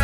pequenotes.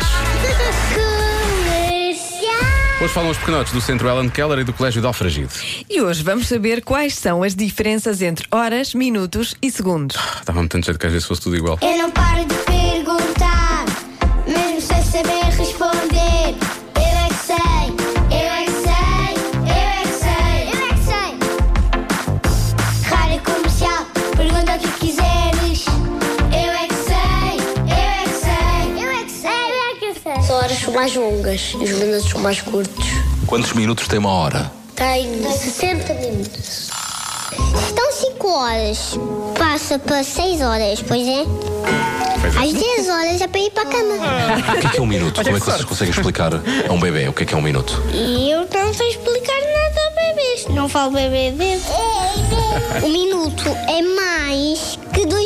Hoje falam os pequenotes do Centro Ellen Keller e do Colégio de Alfragide. E hoje vamos saber quais são as diferenças entre horas, minutos e segundos. Estava-me tanto jeito que às vezes fosse tudo igual. Eu não paro de perguntar, mesmo sem saber responder. Eu é que sei, eu é que sei, eu é que sei, eu é que sei. Rádio Comercial, pergunta o que quiseres. Eu é que sei, eu é que sei, eu é que sei, eu é que sei. As horas são mais longas e os minutos são mais curtos. Quantos minutos tem uma hora? Tem 60 minutos. Estão 5 horas, passa para 6 horas, pois é? Às 10 horas é para ir para a cama. O que é um minuto? Como é que vocês conseguem explicar a um bebê o que é um minuto? E eu não sei explicar nada a bebês. Não falo bebê. Um minuto é mais que 2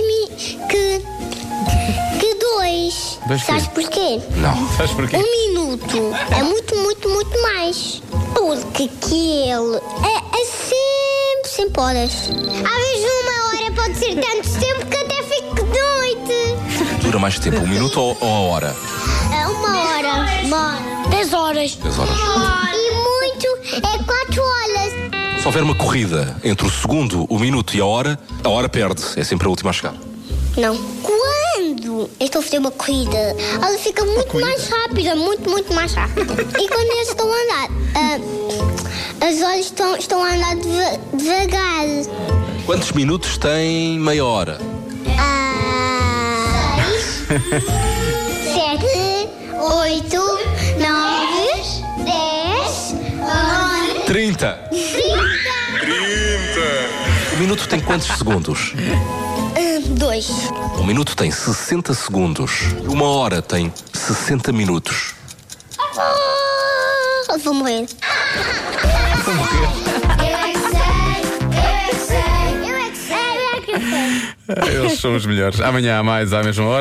que 2. Dois Sabes quê? porquê? Não. Sabes porquê? Um minuto é muito mais. Porque aquele é sempre horas. Às vezes uma hora pode ser tanto tempo que até fico de noite. Dura mais tempo, um minuto ou a hora? É uma hora. 10 horas. 10 horas. E muito é 4 horas. Se houver uma corrida entre o segundo, o minuto e a hora perde. É sempre a última a chegar. Não. Quando eu estou a fazer uma corrida, ela fica muito mais rápida, muito mais rápida. E quando eu estou a andar, as horas estão a andar devagar. Quantos minutos tem meia hora? 7, 8, 9, 10, 11, 30. 30. O minuto tem quantos segundos? 2. Um minuto tem 60 segundos. Uma hora tem 60 minutos. Vou morrer. Eles são os melhores. Amanhã há mais, à mesma hora.